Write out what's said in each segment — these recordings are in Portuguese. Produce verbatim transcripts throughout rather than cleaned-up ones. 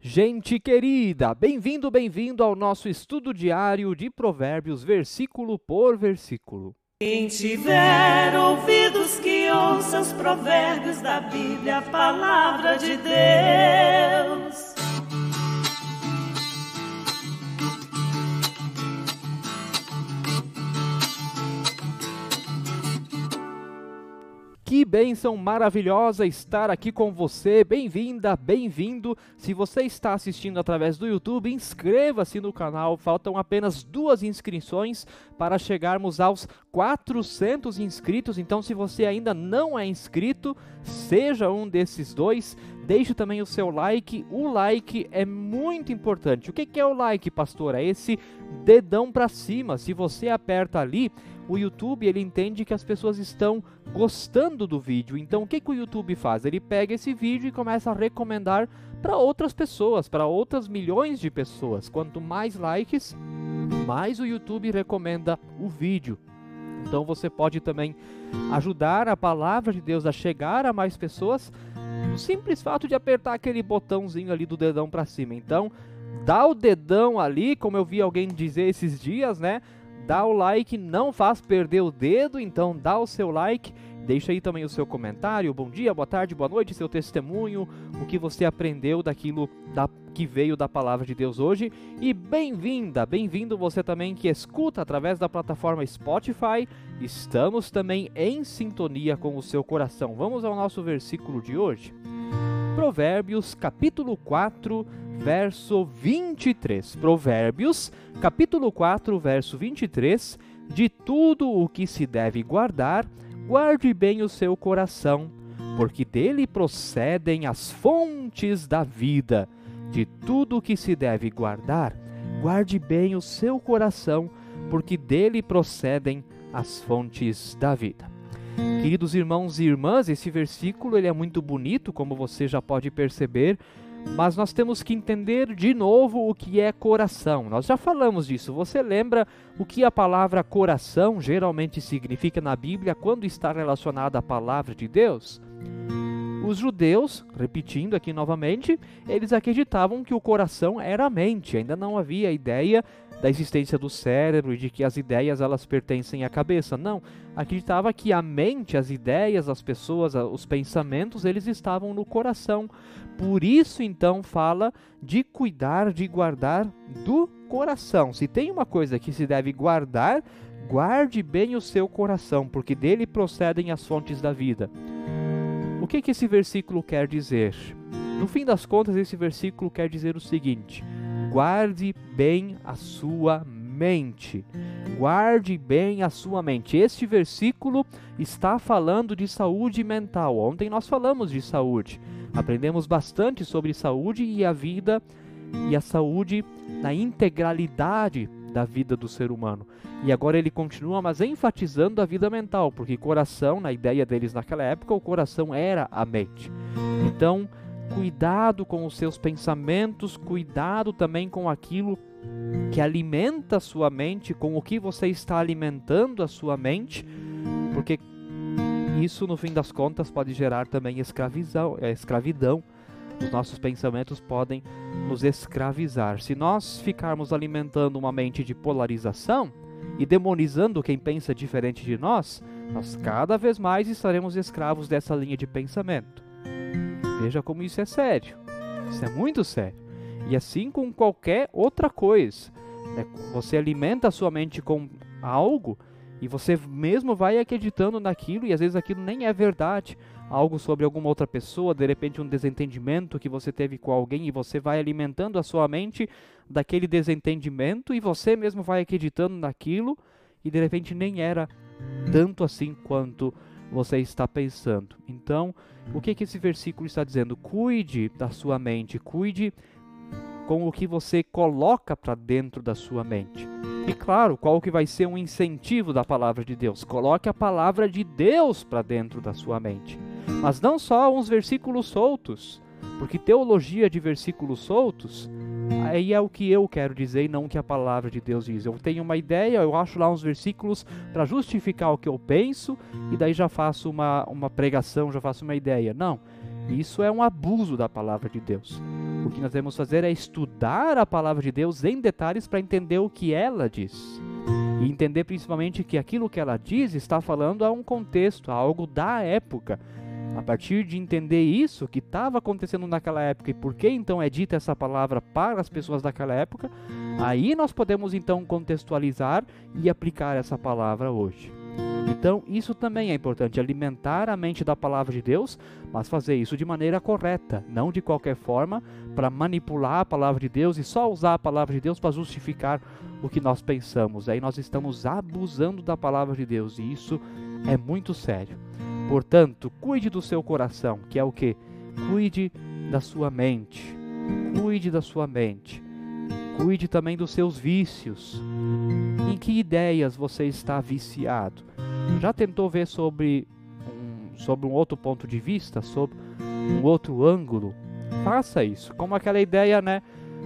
Gente querida, bem-vindo, bem-vindo ao nosso estudo diário de Provérbios, versículo por versículo. Quem tiver ouvidos que ouça os provérbios da Bíblia, a palavra de Deus. Que bênção maravilhosa estar aqui com você, bem-vinda, bem-vindo. Se você está assistindo através do YouTube, inscreva-se no canal, faltam apenas duas inscrições para chegarmos aos quatrocentos inscritos, então se você ainda não é inscrito, seja um desses dois, deixe também o seu like, o like é muito importante. O que é o like, pastor? É esse dedão para cima, se você aperta ali, o YouTube ele entende que as pessoas estão gostando do vídeo, então o que, que o YouTube faz? Ele pega esse vídeo e começa a recomendar para outras pessoas, para outras milhões de pessoas. Quanto mais likes, mais o YouTube recomenda o vídeo. Então você pode também ajudar a palavra de Deus a chegar a mais pessoas, no simples fato de apertar aquele botãozinho ali do dedão para cima. Então dá o dedão ali, como eu vi alguém dizer esses dias, né? Dá o like, não faz perder o dedo, então dá o seu like, deixa aí também o seu comentário, bom dia, boa tarde, boa noite, seu testemunho, o que você aprendeu daquilo da, que veio da palavra de Deus hoje. E bem-vinda, bem-vindo você também que escuta através da plataforma Spotify, estamos também em sintonia com o seu coração. Vamos ao nosso versículo de hoje. Provérbios, capítulo quatro, verso vinte e três. Provérbios, capítulo quatro, verso vinte e três. De tudo o que se deve guardar, guarde bem o seu coração, porque dele procedem as fontes da vida. De tudo o que se deve guardar, guarde bem o seu coração, porque dele procedem as fontes da vida. Queridos irmãos e irmãs, esse versículo ele é muito bonito, como você já pode perceber, mas nós temos que entender de novo o que é coração. Nós já falamos disso. Você lembra o que a palavra coração geralmente significa na Bíblia quando está relacionada à palavra de Deus? Os judeus, repetindo aqui novamente, eles acreditavam que o coração era a mente. Ainda não havia ideia da existência do cérebro e de que as ideias elas pertencem à cabeça. Não, acreditava que a mente, as ideias, as pessoas, os pensamentos, eles estavam no coração. Por isso, então, fala de cuidar, de guardar do coração. Se tem uma coisa que se deve guardar, guarde bem o seu coração, porque dele procedem as fontes da vida. O que, que esse versículo quer dizer? No fim das contas, esse versículo quer dizer o seguinte: guarde bem a sua mente. Guarde bem a sua mente. Este versículo está falando de saúde mental. Ontem nós falamos de saúde. Aprendemos bastante sobre saúde e a vida e a saúde na integralidade da vida do ser humano. E agora ele continua, mas enfatizando a vida mental, porque coração, na ideia deles naquela época, o coração era a mente. Então, cuidado com os seus pensamentos, cuidado também com aquilo que alimenta a sua mente, com o que você está alimentando a sua mente, porque isso, no fim das contas, pode gerar também escravidão. escravidão. Os nossos pensamentos podem nos escravizar. Se nós ficarmos alimentando uma mente de polarização e demonizando quem pensa diferente de nós, nós cada vez mais estaremos escravos dessa linha de pensamento. Veja como isso é sério. Isso é muito sério. E assim com qualquer outra coisa, né? Você alimenta a sua mente com algo e você mesmo vai acreditando naquilo, e às vezes aquilo nem é verdade. Algo sobre alguma outra pessoa, de repente um desentendimento que você teve com alguém, e você vai alimentando a sua mente daquele desentendimento, e você mesmo vai acreditando naquilo, e de repente nem era tanto assim quanto você está pensando. Então, o que, que esse versículo está dizendo? Cuide da sua mente, cuide com o que você coloca para dentro da sua mente. E claro, qual que vai ser um incentivo da palavra de Deus? Coloque a palavra de Deus para dentro da sua mente. Mas não só uns versículos soltos, porque teologia de versículos soltos, aí é o que eu quero dizer e não o que a palavra de Deus diz. Eu tenho uma ideia, eu acho lá uns versículos para justificar o que eu penso, e daí já faço uma, uma pregação, já faço uma ideia. Não, isso é um abuso da palavra de Deus. O que nós devemos fazer é estudar a palavra de Deus em detalhes para entender o que ela diz. E entender principalmente que aquilo que ela diz está falando a um contexto, a algo da época. A partir de entender isso, que estava acontecendo naquela época e por que então é dita essa palavra para as pessoas daquela época, aí nós podemos então contextualizar e aplicar essa palavra hoje. Então isso também é importante, alimentar a mente da palavra de Deus, mas fazer isso de maneira correta, não de qualquer forma para manipular a palavra de Deus e só usar a palavra de Deus para justificar o que nós pensamos. Aí nós estamos abusando da palavra de Deus e isso é muito sério. Portanto, cuide do seu coração, que é o quê? Cuide da sua mente. Cuide da sua mente. Cuide também dos seus vícios. Em que ideias você está viciado? Já tentou ver sobre um, sobre um outro ponto de vista, sobre um outro ângulo? Faça isso. Como aquela ideia, né,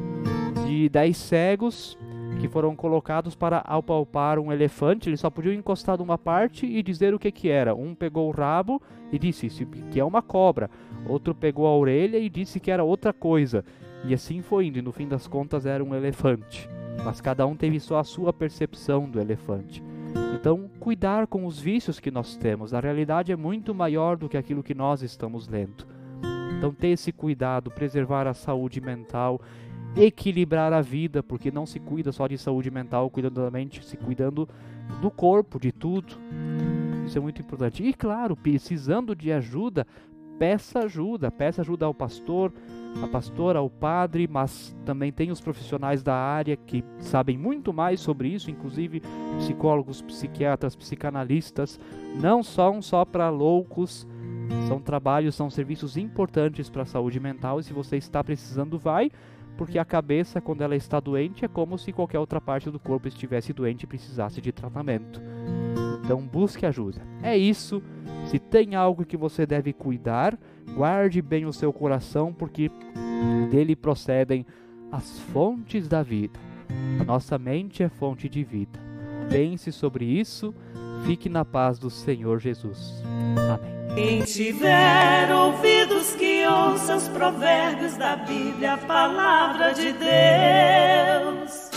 de dez cegos que foram colocados para apalpar um elefante. Eles só podiam encostar numa parte e dizer o que que era. Um pegou o rabo e disse isso, que é uma cobra. Outro pegou a orelha e disse que era outra coisa. E assim foi indo, e no fim das contas era um elefante. Mas cada um teve só a sua percepção do elefante. Então, cuidar com os vícios que nós temos. A realidade é muito maior do que aquilo que nós estamos lendo. Então, ter esse cuidado, preservar a saúde mental, equilibrar a vida, porque não se cuida só de saúde mental, cuidando da mente, se cuidando do corpo, de tudo. Isso é muito importante. E claro, precisando de ajuda, peça ajuda, peça ajuda ao pastor, a pastora, ao padre, mas também tem os profissionais da área que sabem muito mais sobre isso, inclusive psicólogos, psiquiatras, psicanalistas. Não são só para loucos, são trabalhos, são serviços importantes para a saúde mental, e se você está precisando, vai, porque a cabeça, quando ela está doente, é como se qualquer outra parte do corpo estivesse doente e precisasse de tratamento. Então busque ajuda. É isso. Se tem algo que você deve cuidar, guarde bem o seu coração, porque dele procedem as fontes da vida. A nossa mente é fonte de vida. Pense sobre isso. Fique na paz do Senhor Jesus. Amém. Quem tiver ouvidos que ouça os provérbios da Bíblia, a palavra de Deus.